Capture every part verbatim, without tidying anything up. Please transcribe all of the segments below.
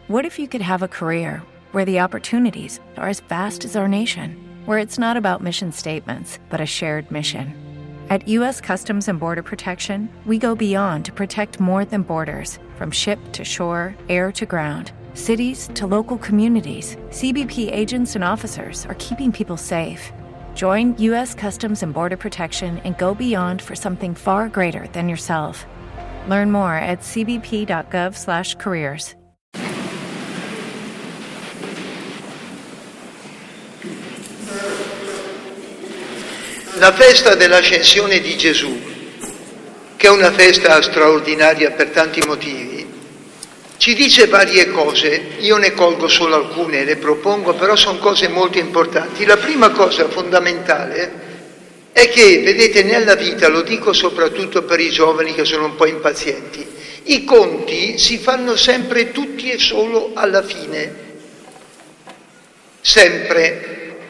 What if you could have a career where the opportunities are as vast as our nation, where it's not about mission statements, but a shared mission? At U S Customs and Border Protection, we go beyond to protect more than borders. From ship to shore, air to ground, cities to local communities, C B P agents and officers are keeping people safe. Join U S Customs and Border Protection and go beyond for something far greater than yourself. Learn more at c b p dot gov slash careers. La festa dell'ascensione di Gesù, che è una festa straordinaria per tanti motivi, ci dice varie cose. Io ne colgo solo alcune, le propongo, però sono cose molto importanti. La prima cosa fondamentale è che, vedete, nella vita, lo dico soprattutto per i giovani che sono un po' impazienti, i conti si fanno sempre tutti e solo alla fine, sempre.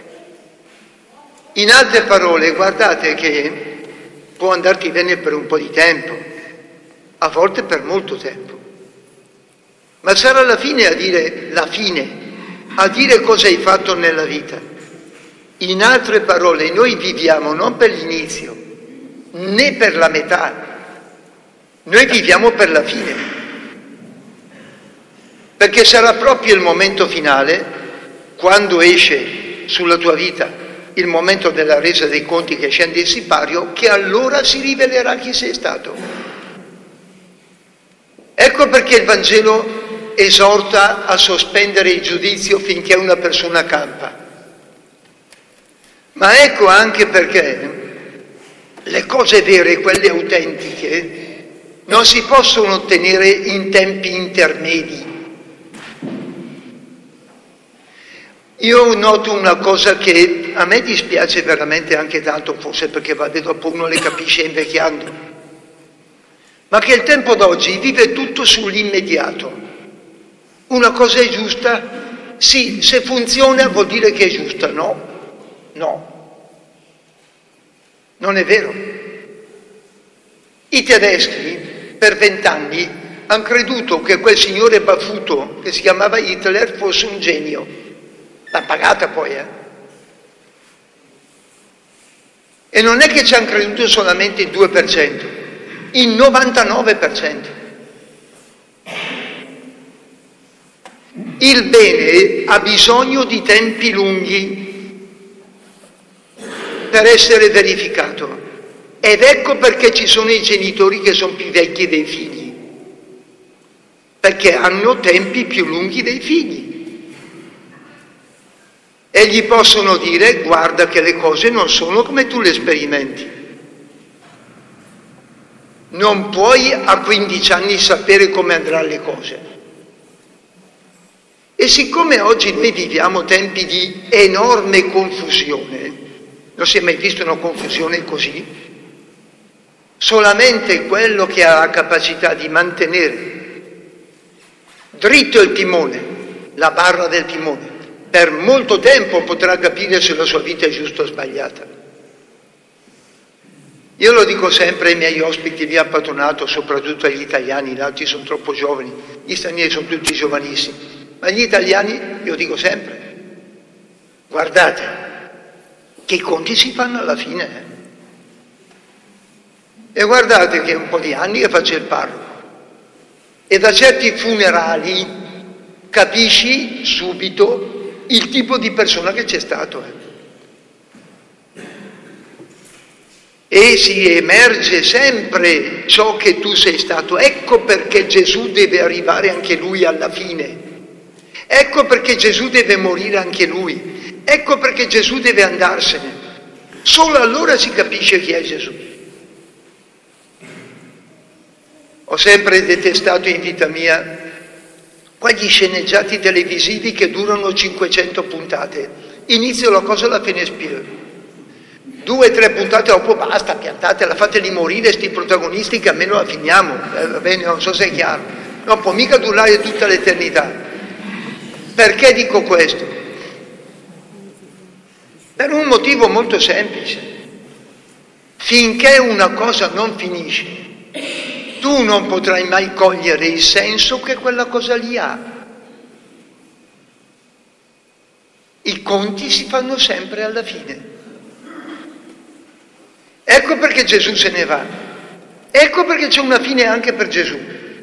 In altre parole, guardate che può andarti bene per un po' di tempo, a volte per molto tempo, ma sarà la fine a dire la fine, a dire cosa hai fatto nella vita. In altre parole, noi viviamo non per l'inizio, né per la metà, noi viviamo per la fine, perché sarà proprio il momento finale, quando esce sulla tua vita il momento della resa dei conti, che scende il sipario, che allora si rivelerà chi sei stato. Ecco perché il Vangelo esorta a sospendere il giudizio finché una persona campa. Ma ecco anche perché le cose vere, quelle autentiche, non si possono ottenere in tempi intermedi. Io noto una cosa che a me dispiace veramente anche tanto, forse perché vabbè, dopo uno le capisce invecchiando, ma che il tempo d'oggi vive tutto sull'immediato. Una cosa è giusta? Sì, se funziona vuol dire che è giusta. No, no, non è vero. I tedeschi per vent'anni hanno creduto che quel signore baffuto che si chiamava Hitler fosse un genio. L'ha pagata poi, eh? E non è che ci hanno creduto solamente il due per cento, il novantanove per cento. Il bene ha bisogno di tempi lunghi per essere verificato. Ed ecco perché ci sono i genitori che sono più vecchi dei figli, perché hanno tempi più lunghi dei figli. E gli possono dire: guarda che le cose non sono come tu le sperimenti. Non puoi a quindici anni sapere come andranno le cose. E siccome oggi noi viviamo tempi di enorme confusione, non si è mai vista una confusione così, solamente quello che ha la capacità di mantenere dritto il timone, la barra del timone, per molto tempo potrà capire se la sua vita è giusta o sbagliata. Io lo dico sempre ai miei ospiti lì a patronato, soprattutto agli italiani, gli altri sono troppo giovani, gli stranieri sono tutti giovanissimi, ma gli italiani, io dico sempre, guardate, che i conti si fanno alla fine. E guardate che è un po' di anni che faccio il parroco, e da certi funerali capisci subito il tipo di persona che c'è stato. Eh. E si emerge sempre ciò che tu sei stato. Ecco perché Gesù deve arrivare anche lui alla fine. Ecco perché Gesù deve morire anche lui. Ecco perché Gesù deve andarsene. Solo allora si capisce chi è Gesù. Ho sempre detestato in vita mia quegli sceneggiati televisivi che durano cinquecento puntate. Inizio la cosa alla Finespier. Due o tre puntate dopo basta, piantatela, fateli morire sti protagonisti che almeno la finiamo. Eh, va bene, non so se è chiaro. Non può mica durare tutta l'eternità. Perché dico questo? Per un motivo molto semplice. Finché una cosa non finisce, tu non potrai mai cogliere il senso che quella cosa lì ha. I conti si fanno sempre alla fine. Ecco perché Gesù se ne va. Ecco perché c'è una fine anche per Gesù.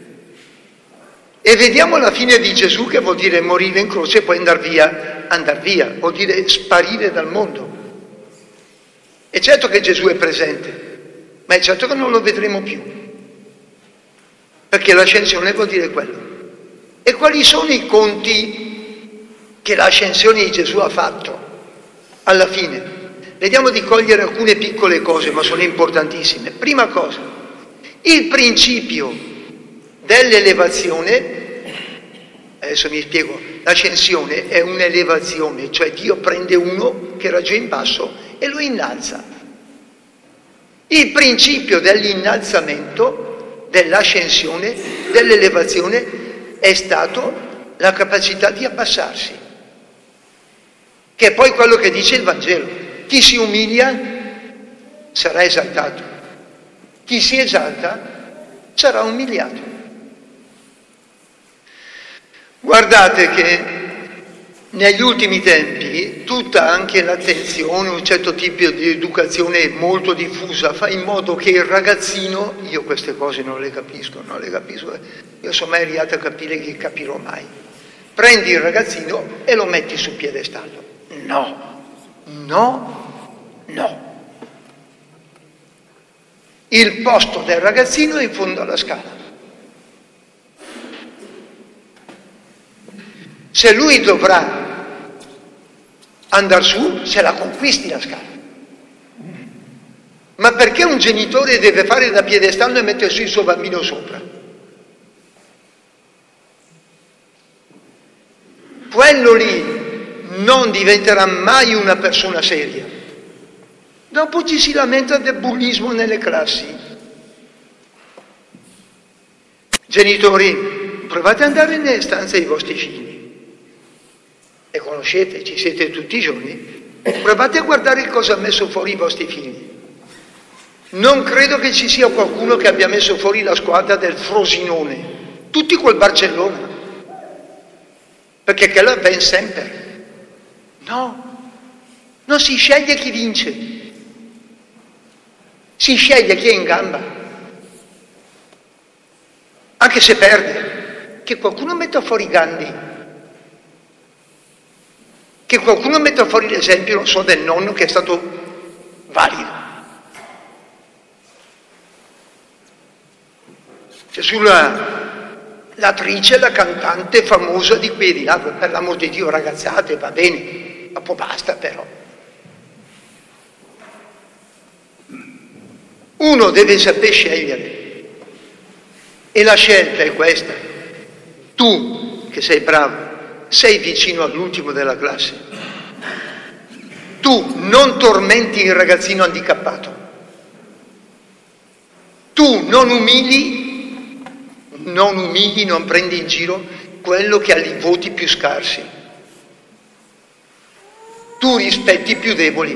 E vediamo la fine di Gesù, che vuol dire morire in croce e poi andare via, andar via, vuol dire sparire dal mondo. È certo che Gesù è presente, ma è certo che non lo vedremo più, perché l'ascensione vuol dire quello. E quali sono i conti che l'ascensione di Gesù ha fatto alla fine? Vediamo di cogliere alcune piccole cose, ma sono importantissime. Prima cosa, il principio dell'elevazione. Adesso mi spiego, l'ascensione è un'elevazione, cioè Dio prende uno che era già in basso e lo innalza. Il principio dell'innalzamento, dell'ascensione, dell'elevazione è stato la capacità di abbassarsi, che è poi quello che dice il Vangelo. Chi si umilia sarà esaltato, chi si esalta sarà umiliato. Guardate che negli ultimi tempi tutta anche l'attenzione, un certo tipo di educazione molto diffusa fa in modo che il ragazzino, io queste cose non le capisco, non le capisco, io sono mai arrivato a capire che capirò mai, prendi il ragazzino e lo metti sul piedestallo. No, no, no. Il posto del ragazzino è in fondo alla scala. Se lui dovrà andare su, se la conquisti la scala. Ma perché un genitore deve fare da piedestallo e mettere su il suo bambino sopra? Quello lì non diventerà mai una persona seria. Dopo ci si lamenta del bullismo nelle classi. Genitori, provate ad andare nelle stanze dei vostri figli. E conoscete, ci siete tutti i giorni, provate a guardare cosa ha messo fuori i vostri figli. Non credo che ci sia qualcuno che abbia messo fuori la squadra del Frosinone, tutti col Barcellona, perché quello avviene sempre. No, non si sceglie chi vince, si sceglie chi è in gamba, anche se perde, che qualcuno metta fuori Gandhi. Che qualcuno metta fuori l'esempio, non so, del nonno che è stato valido. C'è sulla l'attrice, la cantante famosa di qui e di là, per l'amor di Dio, ragazzate, va bene, ma poi basta però. Uno deve saper scegliere e la scelta è questa. Tu, che sei bravo, sei vicino all'ultimo della classe. Tu non tormenti il ragazzino handicappato. Tu non umili, non umili, non prendi in giro quello che ha i voti più scarsi. Tu rispetti i più deboli.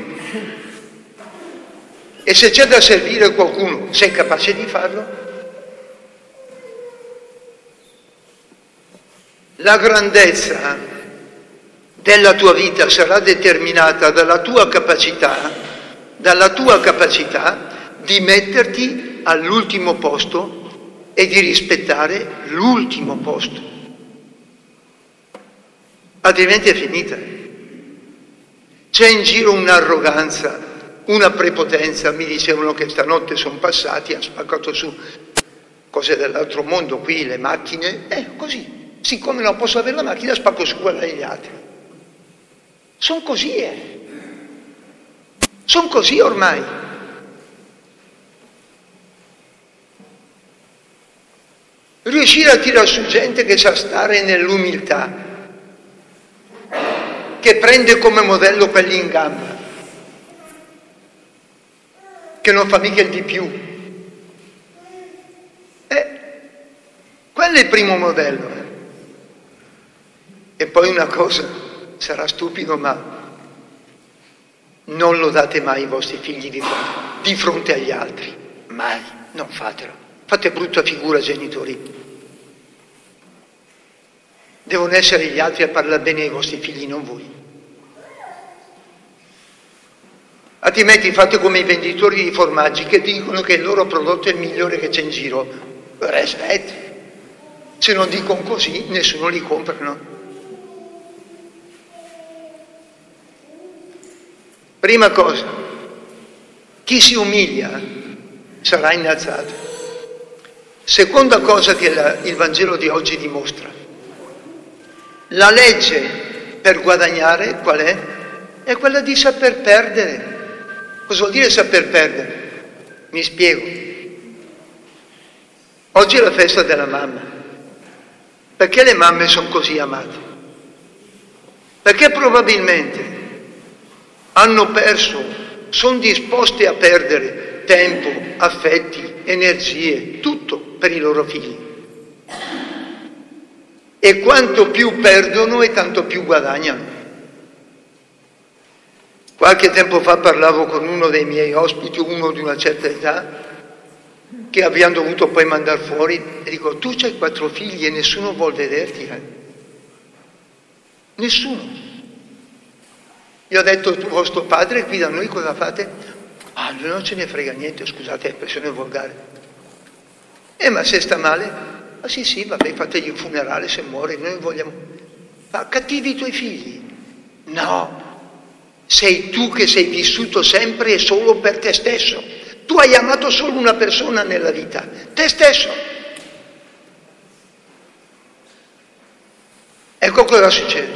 E se c'è da servire qualcuno, sei capace di farlo? La grandezza della tua vita sarà determinata dalla tua capacità, dalla tua capacità di metterti all'ultimo posto e di rispettare l'ultimo posto. Altrimenti è finita. C'è in giro un'arroganza, una prepotenza. Mi dicevano che stanotte sono passati, hanno spaccato su cose dell'altro mondo, qui le macchine, eh, così. Siccome non posso avere la macchina, spacco su quella degli altri. Sono così, eh. Sono così ormai. Riuscire a tirare su gente che sa stare nell'umiltà, che prende come modello quelli in gamba, che non fa mica il di più. Eh, quello è il primo modello. Eh. E poi una cosa, sarà stupido, ma non lo date mai ai vostri figli di fronte, di fronte agli altri. Mai, non fatelo. Fate brutta figura, genitori. Devono essere gli altri a parlare bene ai vostri figli, non voi. Altrimenti fate come i venditori di formaggi che dicono che il loro prodotto è il migliore che c'è in giro. Rispetto. Se non dicono così, nessuno li compra, no? Prima cosa, chi si umilia sarà innalzato. Seconda cosa che la, il Vangelo di oggi dimostra. La legge per guadagnare qual è? È quella di saper perdere. Cosa vuol dire saper perdere? Mi spiego. Oggi è la festa della mamma. Perché le mamme sono così amate? Perché probabilmente hanno perso, sono disposte a perdere tempo, affetti, energie, tutto per i loro figli. E quanto più perdono e tanto più guadagnano. Qualche tempo fa parlavo con uno dei miei ospiti, uno di una certa età, che abbiamo dovuto poi mandare fuori, e dico, tu c'hai quattro figli e nessuno vuol vederti, eh? Nessuno. Gli ho detto, vostro padre qui da noi cosa fate? Ah, lui non ce ne frega niente, scusate, è espressione volgare. Eh, ma se sta male? Ah sì, sì, vabbè, fategli un funerale se muore, noi vogliamo... Ma cattivi i tuoi figli? No. Sei tu che sei vissuto sempre e solo per te stesso. Tu hai amato solo una persona nella vita, te stesso. Ecco cosa succede.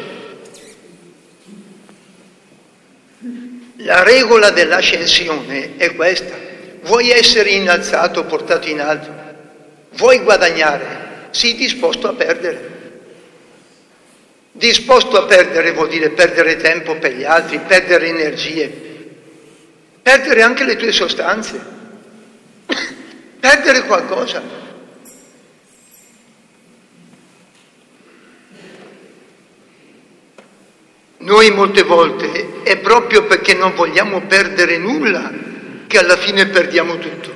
La regola dell'ascensione è questa. Vuoi essere innalzato, portato in alto? Vuoi guadagnare? Sii disposto a perdere. Disposto a perdere vuol dire perdere tempo per gli altri, perdere energie, perdere anche le tue sostanze, perdere qualcosa. Noi molte volte è proprio perché non vogliamo perdere nulla che alla fine perdiamo tutto.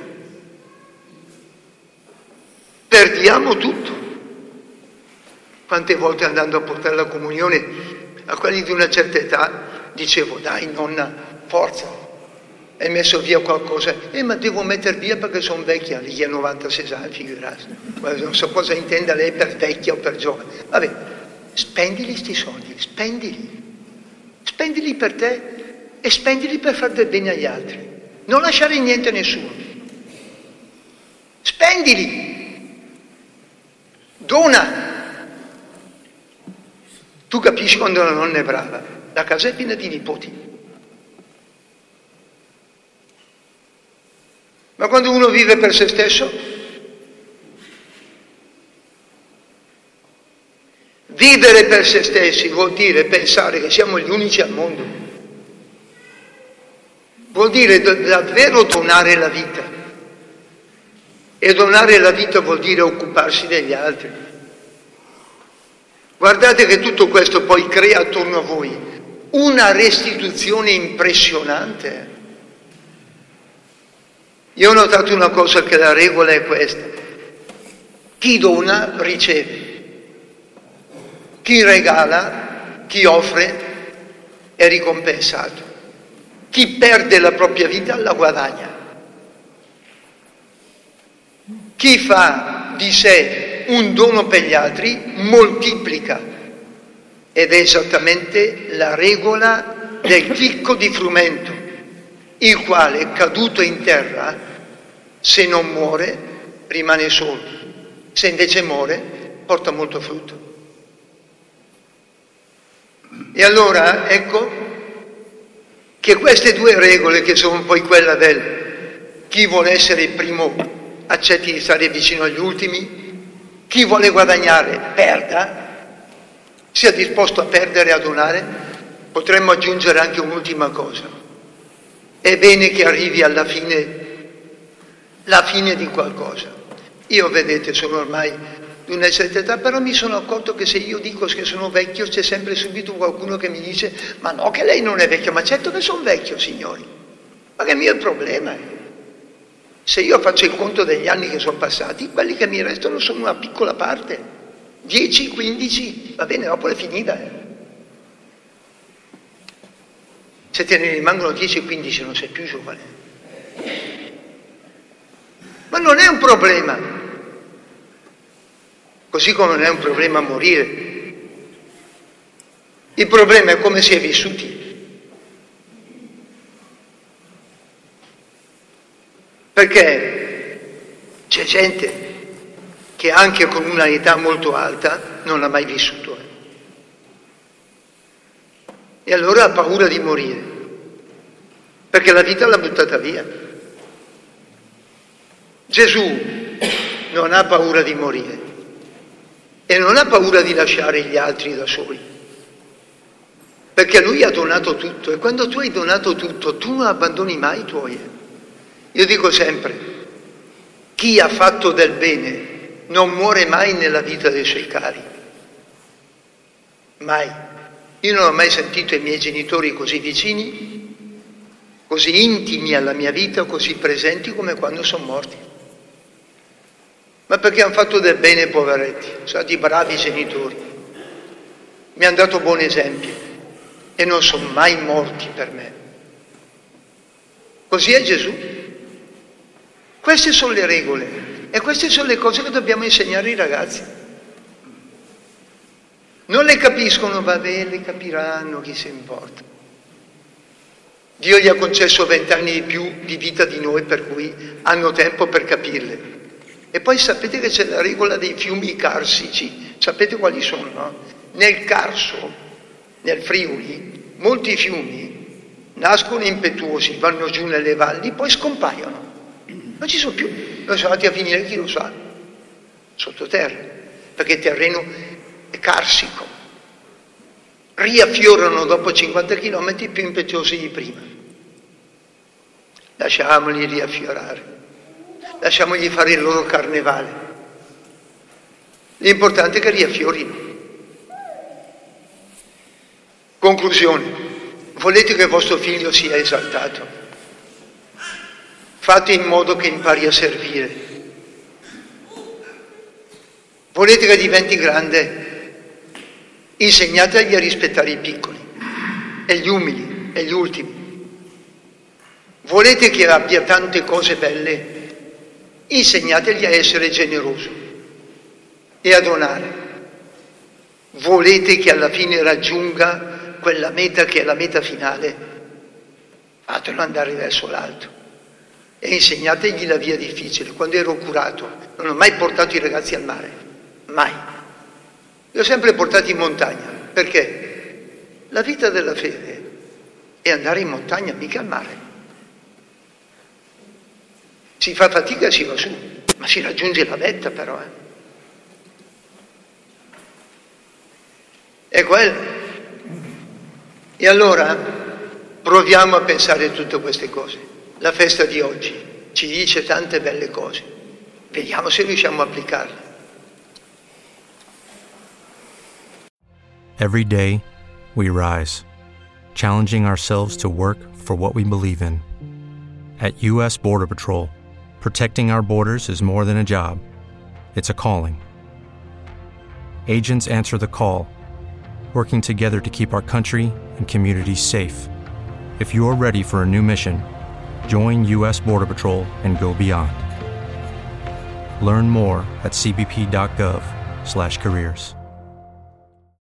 Perdiamo tutto. Quante volte andando a portare la comunione a quelli di una certa età dicevo, dai nonna, forza, hai messo via qualcosa? Eh, ma devo mettere via perché sono vecchia, lì ha novantasei anni, figurati. Non so cosa intenda lei per vecchia o per giovane. Vabbè, spendili sti soldi, spendili. Spendili per te e spendili per far del bene agli altri. Non lasciare niente a nessuno. Spendili. Dona. Tu capisci quando una nonna è brava, la casa è piena di nipoti. Ma quando uno vive per se stesso, vivere per se stessi vuol dire pensare che siamo gli unici al mondo. Vuol dire davvero donare la vita. E donare la vita vuol dire occuparsi degli altri. Guardate che tutto questo poi crea attorno a voi una restituzione impressionante. Io ho notato una cosa, che la regola è questa. Chi dona riceve. Chi regala, chi offre è ricompensato. Chi perde la propria vita la guadagna. Chi fa di sé un dono per gli altri moltiplica, ed è esattamente la regola del chicco di frumento, il quale, caduto in terra, se non muore rimane solo, se invece muore porta molto frutto. E allora ecco che queste due regole, che sono poi quella del chi vuole essere il primo accetti di stare vicino agli ultimi, chi vuole guadagnare perda, sia disposto a perdere e a donare. Potremmo aggiungere anche un'ultima cosa. È bene che arrivi alla fine, la fine di qualcosa. Io, vedete, sono ormai di una certa età, però mi sono accorto che se io dico che sono vecchio c'è sempre subito qualcuno che mi dice ma no, che lei non è vecchio. Ma certo che sono vecchio, signori, ma che mio è il problema? Se io faccio il conto degli anni che sono passati, quelli che mi restano sono una piccola parte, dieci, quindici, va bene, dopo è finita. Eh. Se te ne rimangono dieci o quindici non sei più giovane. Ma non è un problema. Così come non è un problema morire. Il problema è come si è vissuti. Perché c'è gente che anche con una età molto alta non ha mai vissuto. E allora ha paura di morire, perché la vita l'ha buttata via. Gesù non ha paura di morire e non ha paura di lasciare gli altri da soli, perché lui ha donato tutto, e quando tu hai donato tutto tu non abbandoni mai i tuoi. Io dico sempre, chi ha fatto del bene non muore mai nella vita dei suoi cari, mai. Io non ho mai sentito i miei genitori così vicini, così intimi alla mia vita, così presenti come quando sono morti. Ma perché hanno fatto del bene, poveretti, sono stati bravi genitori, mi hanno dato buon esempio e non sono mai morti per me. Così è Gesù. Queste sono le regole e queste sono le cose che dobbiamo insegnare ai ragazzi. Non le capiscono, vabbè, le capiranno, chi se importa. Dio gli ha concesso vent'anni di più di vita di noi, per cui hanno tempo per capirle. E poi sapete che c'è la regola dei fiumi carsici, sapete quali sono, no? Nel Carso, nel Friuli, molti fiumi nascono impetuosi, vanno giù nelle valli, poi scompaiono. Non ci sono più, non sono andati a finire, chi lo sa, sottoterra, perché il terreno carsico, riaffiorano dopo cinquanta chilometri più impetuosi di prima. Lasciamoli riaffiorare, lasciamogli fare il loro carnevale. L'importante è che riaffiorino. Conclusione: volete che vostro figlio sia esaltato? Fate in modo che impari a servire. Volete che diventi grande? Insegnategli a rispettare i piccoli e gli umili e gli ultimi. Volete che abbia tante cose belle? Insegnategli a essere generoso e a donare. Volete che alla fine raggiunga quella meta che è la meta finale? Fatelo andare verso l'alto e insegnategli la via difficile. Quando ero curato non ho mai portato i ragazzi al mare, mai. Li ho sempre portati in montagna, perché la vita della fede è andare in montagna, mica al mare. Si fa fatica e si va su, ma si raggiunge la vetta però. Eh. È quello. E allora proviamo a pensare a tutte queste cose. La festa di oggi ci dice tante belle cose. Vediamo se riusciamo a applicarle. Every day, we rise, challenging ourselves to work for what we believe in. At U S Border Patrol, protecting our borders is more than a job, it's a calling. Agents answer the call, working together to keep our country and communities safe. If you're ready for a new mission, join U S Border Patrol and go beyond. Learn more at c b p dot gov slash careers.